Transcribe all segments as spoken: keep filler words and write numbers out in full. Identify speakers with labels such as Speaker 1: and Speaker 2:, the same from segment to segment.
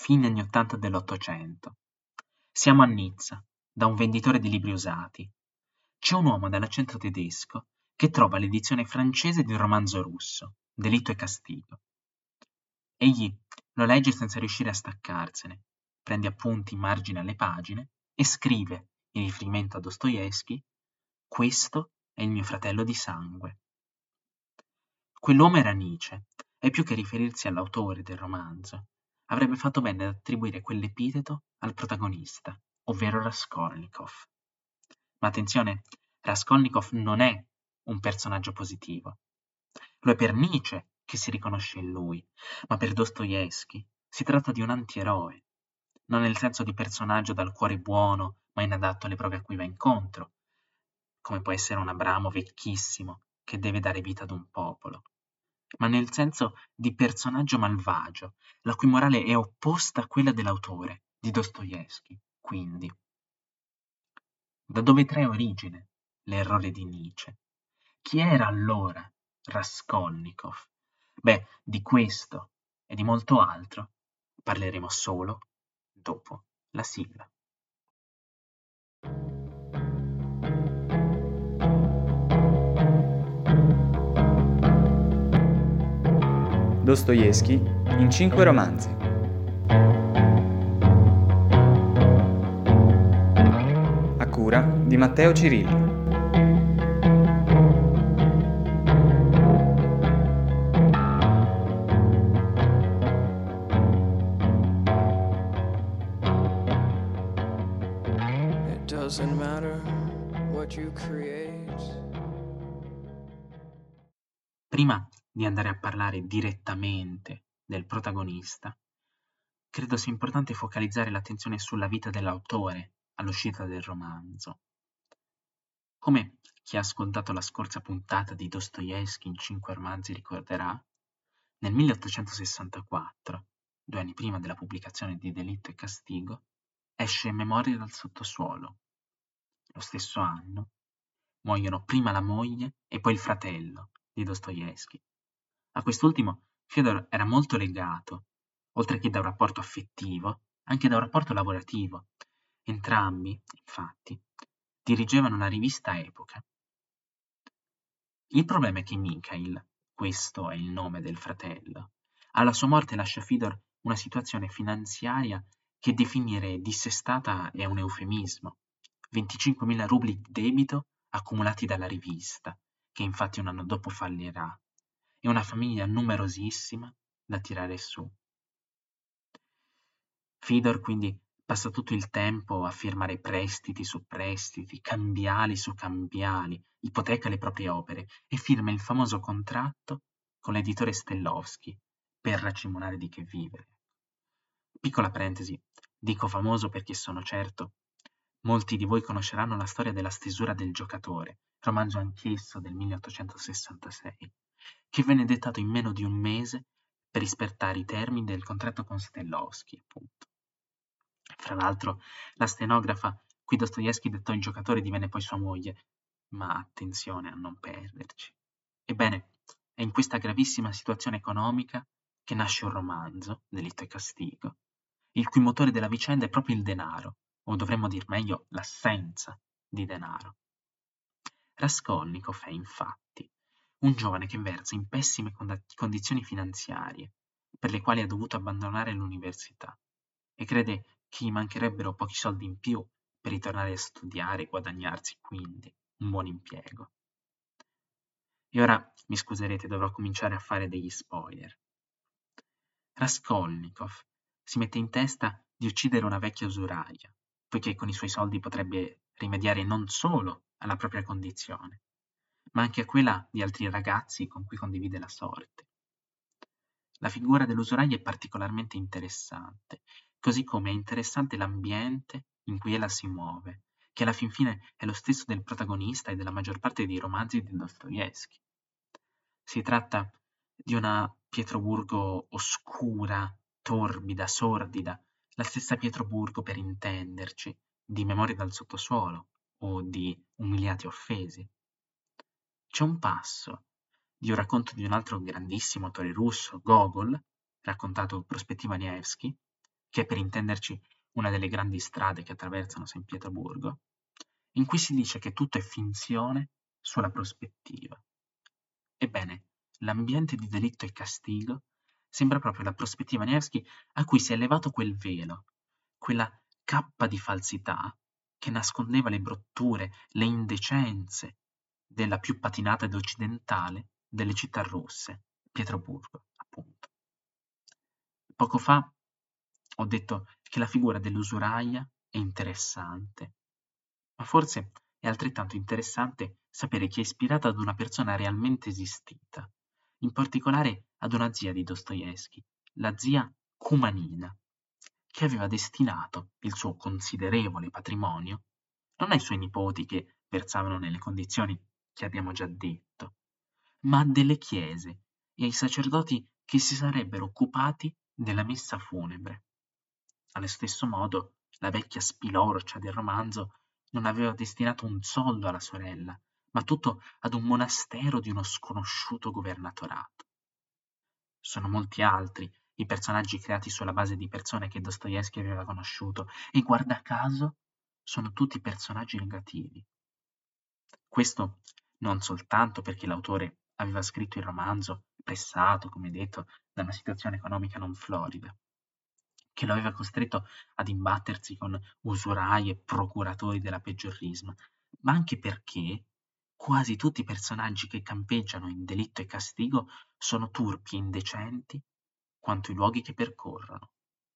Speaker 1: fine anni ottanta dell'Ottocento. Siamo a Nizza, da un venditore di libri usati. C'è un uomo dall'accento tedesco che trova l'edizione francese di un romanzo russo, Delitto e castigo. Egli lo legge senza riuscire a staccarsene, prende appunti in margine alle pagine e scrive, in riferimento a Dostoevskij: «Questo è il mio fratello di sangue». Quell'uomo era Nietzsche, e più che riferirsi all'autore del romanzo, avrebbe fatto bene ad attribuire quell'epiteto al protagonista, ovvero Raskolnikov. Ma attenzione, Raskolnikov non è un personaggio positivo. Lo è per Nietzsche, che si riconosce in lui, ma per Dostoevskij si tratta di un antieroe, non nel senso di personaggio dal cuore buono ma inadatto alle prove a cui va incontro, come può essere un Abramo vecchissimo che deve dare vita ad un popolo, ma nel senso di personaggio malvagio, la cui morale è opposta a quella dell'autore, di Dostoevskij, quindi. Da dove trae origine l'errore di Nietzsche? Chi era allora Raskolnikov? Beh, di questo e di molto altro parleremo solo dopo la sigla.
Speaker 2: Dostoevskij in cinque romanzi. A cura di Matteo Cirilli.
Speaker 3: It doesn't matter what you create.
Speaker 1: Prima di andare a parlare direttamente del protagonista, credo sia importante focalizzare l'attenzione sulla vita dell'autore all'uscita del romanzo. Come chi ha ascoltato la scorsa puntata di Dostoevskij in cinque romanzi ricorderà, nel milleottocentosessantaquattro, due anni prima della pubblicazione di Delitto e castigo, esce Memorie dal sottosuolo. Lo stesso anno muoiono prima la moglie e poi il fratello di Dostoevskij. A quest'ultimo Fyodor era molto legato, oltre che da un rapporto affettivo, anche da un rapporto lavorativo. Entrambi, infatti, dirigevano la rivista Epoca. Il problema è che Mikhail, questo è il nome del fratello, alla sua morte lascia a Fyodor una situazione finanziaria che definire dissestata è un eufemismo. venticinquemila rubli di debito accumulati dalla rivista, che infatti un anno dopo fallirà, e una famiglia numerosissima da tirare su. Fyodor quindi passa tutto il tempo a firmare prestiti su prestiti, cambiali su cambiali, ipoteca le proprie opere e firma il famoso contratto con l'editore Stellovskij per racimolare di che vivere. Piccola parentesi, dico famoso perché sono certo molti di voi conosceranno la storia della stesura del giocatore, romanzo anch'esso del milleottocentosessantasei, che venne dettato in meno di un mese per rispettare i termini del contratto con Stellovskij, appunto. Fra l'altro, la stenografa cui Dostoevskij dettò il giocatore divenne poi sua moglie, ma attenzione a non perderci. Ebbene, è in questa gravissima situazione economica che nasce un romanzo, Delitto e castigo, il cui motore della vicenda è proprio il denaro, o dovremmo dir meglio l'assenza di denaro. Raskolnikov è, infatti, un giovane che versa in pessime condizioni finanziarie, per le quali ha dovuto abbandonare l'università, e crede che gli mancherebbero pochi soldi in più per ritornare a studiare e guadagnarsi quindi un buon impiego. E ora mi scuserete, dovrò cominciare a fare degli spoiler. Raskolnikov si mette in testa di uccidere una vecchia usuraia, poiché con i suoi soldi potrebbe rimediare non solo alla propria condizione, ma anche a quella di altri ragazzi con cui condivide la sorte. La figura dell'usuraia è particolarmente interessante, così come è interessante l'ambiente in cui ella si muove, che alla fin fine è lo stesso del protagonista e della maggior parte dei romanzi di Dostoevskij. Si tratta di una Pietroburgo oscura, torbida, sordida, la stessa Pietroburgo, per intenderci, di Memorie dal sottosuolo o di Umiliati e offesi. C'è un passo di un racconto di un altro grandissimo autore russo, Gogol, raccontato Prospettiva Nevskij, che è per intenderci una delle grandi strade che attraversano San Pietroburgo, in cui si dice che tutto è finzione sulla prospettiva. Ebbene, l'ambiente di delitto e castigo sembra proprio la prospettiva Nevsky a cui si è levato quel velo, quella cappa di falsità che nascondeva le brutture, le indecenze della più patinata ed occidentale delle città russe, Pietroburgo, appunto. Poco fa ho detto che la figura dell'usuraia è interessante, ma forse è altrettanto interessante sapere chi è ispirata ad una persona realmente esistita, in particolare ad una zia di Dostoevskij, la zia Kumanina, che aveva destinato il suo considerevole patrimonio non ai suoi nipoti che versavano nelle condizioni che abbiamo già detto, ma a delle chiese e ai sacerdoti che si sarebbero occupati della messa funebre. Allo stesso modo, la vecchia spilorcia del romanzo non aveva destinato un soldo alla sorella, ma tutto ad un monastero di uno sconosciuto governatorato. Sono molti altri i personaggi creati sulla base di persone che Dostoevskij aveva conosciuto e guarda caso sono tutti personaggi negativi. Questo non soltanto perché l'autore aveva scritto il romanzo pressato, come detto, da una situazione economica non florida, che lo aveva costretto ad imbattersi con usurai e procuratori della peggior risma, ma anche perché quasi tutti i personaggi che campeggiano in Delitto e Castigo sono turpi e indecenti quanto i luoghi che percorrono.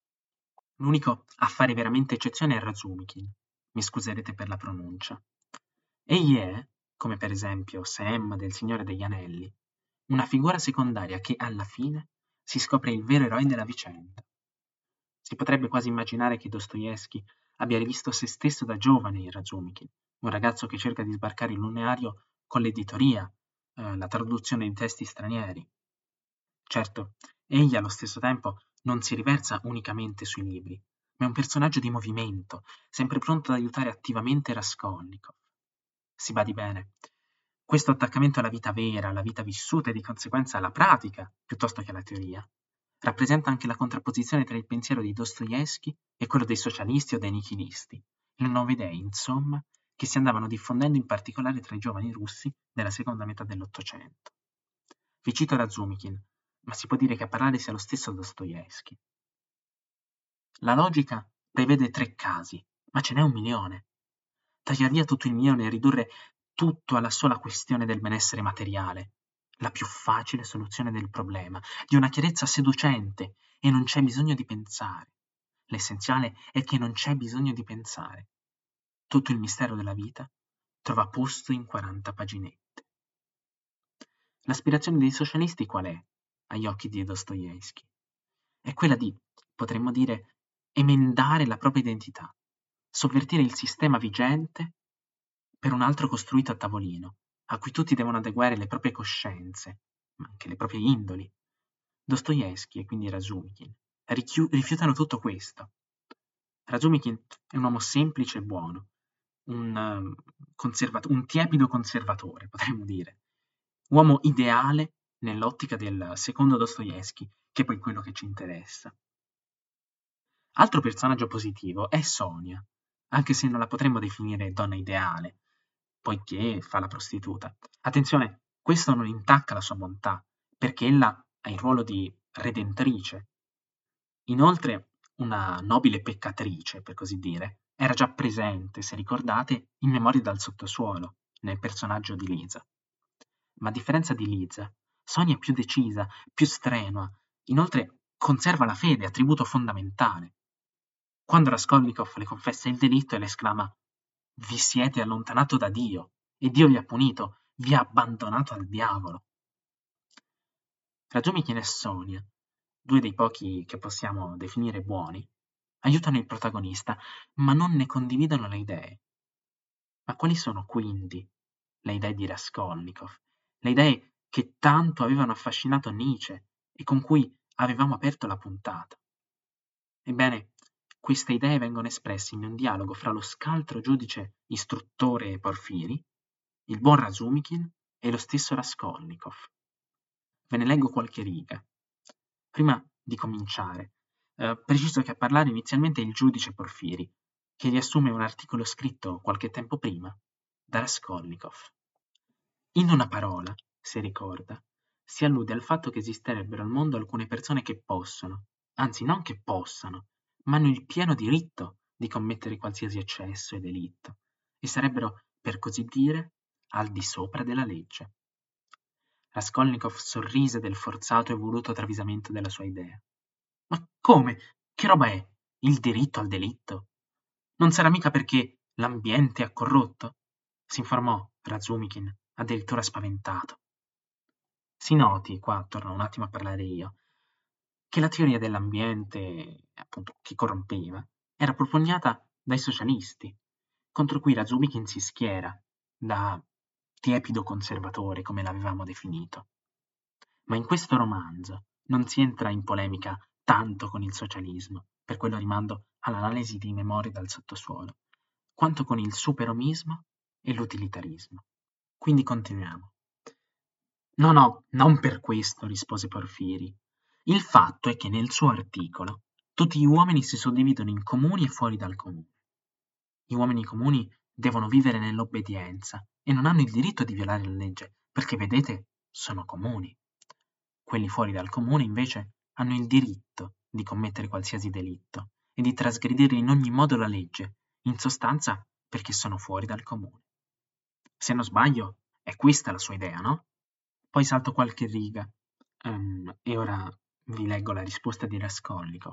Speaker 1: L'unico a fare veramente eccezione è Razumikin, mi scuserete per la pronuncia. Egli è, come per esempio Sam del Signore degli Anelli, una figura secondaria che alla fine si scopre il vero eroe della vicenda. Si potrebbe quasi immaginare che Dostoevskij abbia rivisto se stesso da giovane in Razumikin, un ragazzo che cerca di sbarcare il lunario con l'editoria, eh, la traduzione di testi stranieri. Certo, egli allo stesso tempo non si riversa unicamente sui libri, ma è un personaggio di movimento, sempre pronto ad aiutare attivamente Raskolnikov. Si badi bene, questo attaccamento alla vita vera, alla vita vissuta e di conseguenza alla pratica, piuttosto che alla teoria, rappresenta anche la contrapposizione tra il pensiero di Dostoevskij e quello dei socialisti o dei nihilisti, le nuove idee, insomma, che si andavano diffondendo in particolare tra i giovani russi nella seconda metà dell'Ottocento. Vi cito Razumikin, ma si può dire che a parlare sia lo stesso Dostoevskij. La logica prevede tre casi, ma ce n'è un milione. Taglia via tutto il milione e ridurre tutto alla sola questione del benessere materiale, la più facile soluzione del problema, di una chiarezza seducente, e non c'è bisogno di pensare. L'essenziale è che non c'è bisogno di pensare. Tutto il mistero della vita trova posto in quaranta paginette. L'aspirazione dei socialisti qual è, agli occhi di Dostoevskij? È quella di, potremmo dire, emendare la propria identità, sovvertire il sistema vigente per un altro costruito a tavolino, a cui tutti devono adeguare le proprie coscienze, ma anche le proprie indoli. Dostoevskij e quindi Razumikin richiu- rifiutano tutto questo. Razumikin è un uomo semplice e buono, un, um, conservat- un tiepido conservatore, potremmo dire, uomo ideale nell'ottica del secondo Dostoevskij, che è poi quello che ci interessa. Altro personaggio positivo è Sonia, anche se non la potremmo definire donna ideale, poiché fa la prostituta. Attenzione, questo non intacca la sua bontà, perché ella ha il ruolo di redentrice. Inoltre, una nobile peccatrice, per così dire, era già presente, se ricordate, in Memorie dal sottosuolo, nel personaggio di Lisa. Ma a differenza di Lisa, Sonia è più decisa, più strenua, inoltre conserva la fede, attributo fondamentale. Quando Raskolnikov le confessa il delitto e le esclama «Vi siete allontanato da Dio e Dio vi ha punito, vi ha abbandonato al diavolo». Razumikin e Sonia, due dei pochi che possiamo definire buoni, aiutano il protagonista, ma non ne condividono le idee. Ma quali sono quindi le idee di Raskolnikov? Le idee che tanto avevano affascinato Nietzsche e con cui avevamo aperto la puntata? Ebbene, queste idee vengono espresse in un dialogo fra lo scaltro giudice istruttore Porfiri, il buon Razumikin e lo stesso Raskolnikov. Ve ne leggo qualche riga. Prima di cominciare, Eh, preciso che a parlare inizialmente è il giudice Porfiri, che riassume un articolo scritto qualche tempo prima da Raskolnikov. In una parola, se ricorda, si allude al fatto che esisterebbero al mondo alcune persone che possono, anzi non che possano, ma hanno il pieno diritto di commettere qualsiasi eccesso e delitto, e sarebbero, per così dire, al di sopra della legge. Raskolnikov sorrise del forzato e voluto travisamento della sua idea. Ma come? Che roba è? Il diritto al delitto? Non sarà mica perché l'ambiente ha corrotto? Si informò Razumikin, addirittura spaventato. Si noti, qua torno un attimo a parlare io, che la teoria dell'ambiente, appunto, che corrompeva, era propugnata dai socialisti, contro cui Razumikin si schiera, da tiepido conservatore, come l'avevamo definito. Ma in questo romanzo non si entra in polemica tanto con il socialismo, per quello rimando all'analisi di memorie dal sottosuolo, quanto con il superomismo e l'utilitarismo. Quindi continuiamo. No, no, non per questo, rispose Porfiri. Il fatto è che nel suo articolo tutti gli uomini si suddividono in comuni e fuori dal comune. Gli uomini comuni devono vivere nell'obbedienza e non hanno il diritto di violare la legge, perché vedete, sono comuni. Quelli fuori dal comune, invece, hanno il diritto di commettere qualsiasi delitto e di trasgredire in ogni modo la legge, in sostanza perché sono fuori dal comune. Se non sbaglio, è questa la sua idea, no? Poi salto qualche riga um, e ora vi leggo la risposta di Raskolnikov.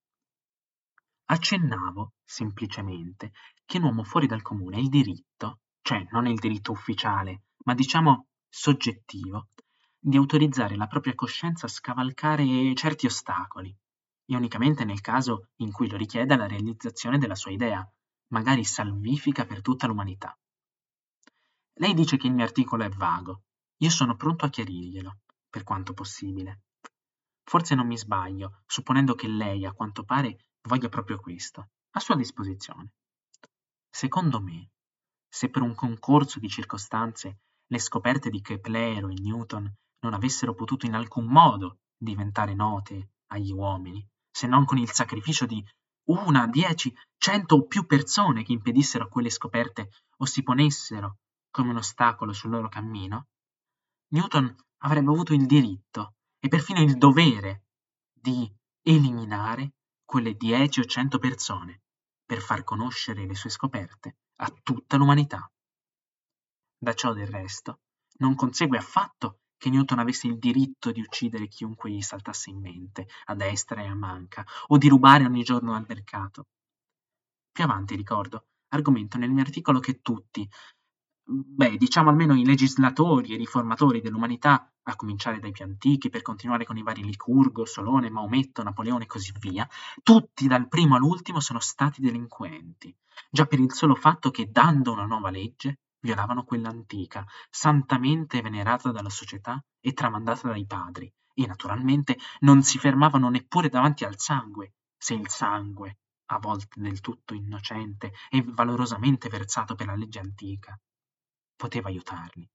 Speaker 1: Accennavo, semplicemente, che un uomo fuori dal comune ha il diritto, cioè non è il diritto ufficiale, ma diciamo soggettivo, di autorizzare la propria coscienza a scavalcare certi ostacoli, e unicamente nel caso in cui lo richieda la realizzazione della sua idea, magari salvifica per tutta l'umanità. Lei dice che il mio articolo è vago. Io sono pronto a chiarirglielo, per quanto possibile. Forse non mi sbaglio, supponendo che lei, a quanto pare, voglia proprio questo, a sua disposizione. Secondo me, se per un concorso di circostanze le scoperte di Kepler e Newton non avessero potuto in alcun modo diventare note agli uomini, se non con il sacrificio di una, dieci, cento o più persone che impedissero a quelle scoperte o si ponessero come un ostacolo sul loro cammino, Newton avrebbe avuto il diritto e perfino il dovere di eliminare quelle dieci o cento persone per far conoscere le sue scoperte a tutta l'umanità. Da ciò, del resto, non consegue affatto che Newton avesse il diritto di uccidere chiunque gli saltasse in mente, a destra e a manca, o di rubare ogni giorno al mercato. Più avanti, ricordo, argomento nel mio articolo che tutti, beh, diciamo almeno i legislatori e riformatori dell'umanità, a cominciare dai più antichi per continuare con i vari Licurgo, Solone, Maometto, Napoleone e così via, tutti dal primo all'ultimo sono stati delinquenti, già per il solo fatto che, dando una nuova legge, violavano quella antica, santamente venerata dalla società e tramandata dai padri, e naturalmente non si fermavano neppure davanti al sangue, se il sangue, a volte del tutto innocente e valorosamente versato per la legge antica, poteva aiutarli.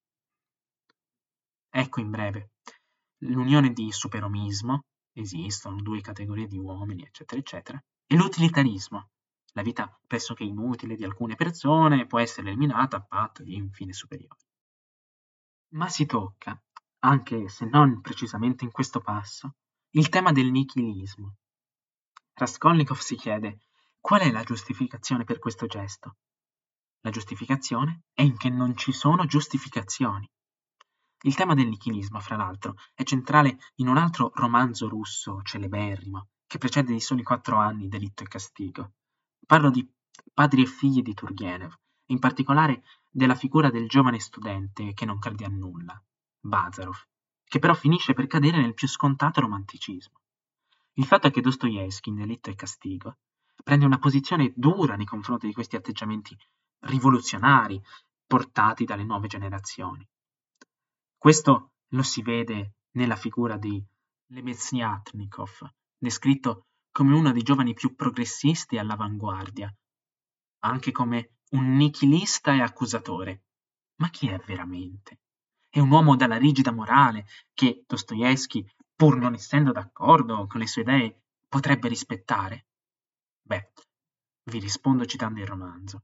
Speaker 1: Ecco in breve, l'unione di superomismo, esistono due categorie di uomini, eccetera, eccetera, e l'utilitarismo, la vita pressoché inutile di alcune persone può essere eliminata a patto di un fine superiore. Ma si tocca, anche se non precisamente in questo passo, il tema del nichilismo. Raskolnikov si chiede: qual è la giustificazione per questo gesto? La giustificazione è in che non ci sono giustificazioni. Il tema del nichilismo, fra l'altro, è centrale in un altro romanzo russo celeberrimo, che precede di soli quattro anni Delitto e Castigo. Parlo di Padri e figli di Turgenev, in particolare della figura del giovane studente che non crede a nulla, Bazarov, che però finisce per cadere nel più scontato romanticismo. Il fatto è che Dostoevskij, in Delitto e Castigo, prende una posizione dura nei confronti di questi atteggiamenti rivoluzionari portati dalle nuove generazioni. Questo lo si vede nella figura di Lemezniatnikov, descritto come uno dei giovani più progressisti e all'avanguardia, anche come un nichilista e accusatore. Ma chi è veramente? È un uomo dalla rigida morale che Dostoevskij, pur non essendo d'accordo con le sue idee, potrebbe rispettare? Beh, vi rispondo citando il romanzo.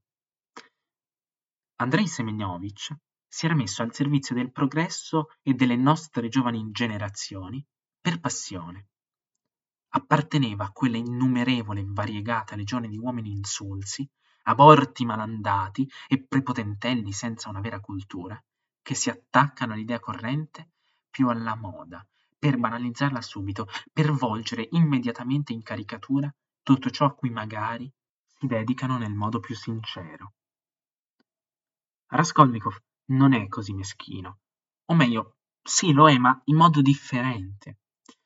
Speaker 1: Andrei Semenowich si era messo al servizio del progresso e delle nostre giovani generazioni per passione. Apparteneva a quella innumerevole e variegata legione di uomini insulsi, aborti malandati e prepotentelli senza una vera cultura, che si attaccano all'idea corrente più alla moda, per banalizzarla subito, per volgere immediatamente in caricatura tutto ciò a cui magari si dedicano nel modo più sincero. Raskolnikov non è così meschino, o meglio, sì lo è, ma in modo differente.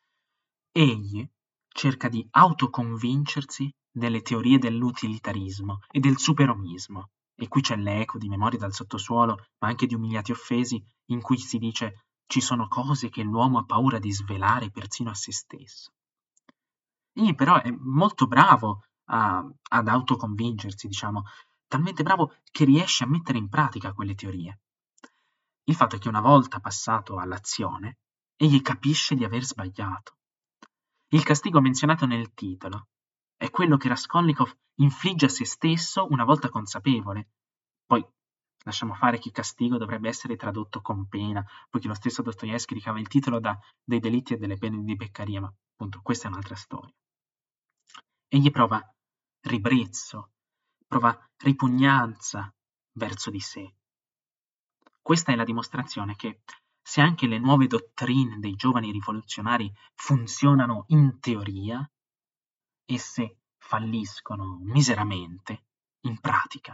Speaker 1: Egli cerca di autoconvincersi delle teorie dell'utilitarismo e del superomismo, e qui c'è l'eco di Memorie dal sottosuolo, ma anche di Umiliati offesi, in cui si dice ci sono cose che l'uomo ha paura di svelare persino a se stesso. Egli però è molto bravo a, ad autoconvincersi, diciamo, talmente bravo che riesce a mettere in pratica quelle teorie. Il fatto è che una volta passato all'azione, egli capisce di aver sbagliato. Il castigo menzionato nel titolo è quello che Raskolnikov infligge a se stesso una volta consapevole. Poi lasciamo fare che castigo dovrebbe essere tradotto con pena, poiché lo stesso Dostoevskij ricava il titolo da dei delitti e delle pene di Beccaria, ma appunto questa è un'altra storia. Egli prova ribrezzo, prova ripugnanza verso di sé. Questa è la dimostrazione che se anche le nuove dottrine dei giovani rivoluzionari funzionano in teoria, esse falliscono miseramente in pratica.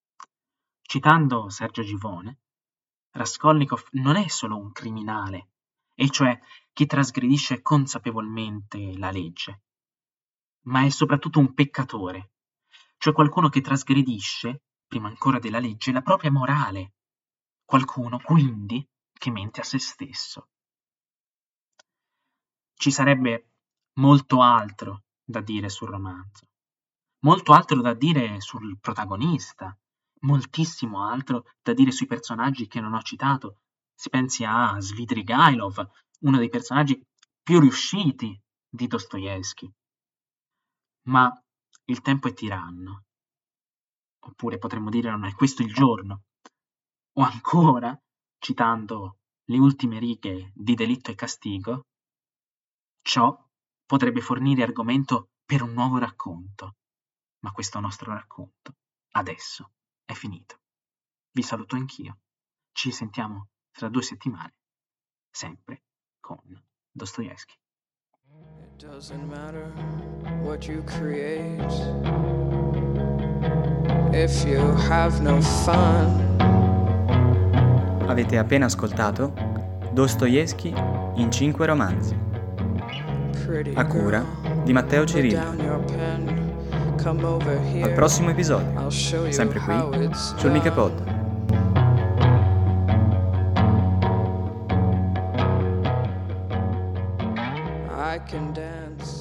Speaker 1: Citando Sergio Givone, Raskolnikov non è solo un criminale, e cioè chi trasgredisce consapevolmente la legge, ma è soprattutto un peccatore, cioè qualcuno che trasgredisce, prima ancora della legge, la propria morale, qualcuno quindi che mente a se stesso. Ci sarebbe molto altro da dire sul romanzo, molto altro da dire sul protagonista, moltissimo altro da dire sui personaggi che non ho citato. Si pensi a Svidrigailov, uno dei personaggi più riusciti di Dostoevskij. Ma il tempo è tiranno, oppure potremmo dire non è questo il giorno, o ancora, citando le ultime righe di Delitto e Castigo, ciò potrebbe fornire argomento per un nuovo racconto, ma questo nostro racconto adesso è finito. Vi saluto anch'io, ci sentiamo tra due settimane, sempre con Dostoevskij.
Speaker 3: It doesn't matter what you create if you have no fun.
Speaker 2: Avete appena ascoltato Dostoevskij in cinque romanzi,
Speaker 3: Pretty
Speaker 2: a cura
Speaker 3: girl,
Speaker 2: di Matteo
Speaker 3: put
Speaker 2: Cirillo.
Speaker 3: down your pen, come over here.
Speaker 2: Al prossimo episodio,
Speaker 3: I'll show you
Speaker 2: sempre qui,
Speaker 3: how it's
Speaker 2: sul Miche
Speaker 3: done.
Speaker 2: Pod.
Speaker 3: I can dance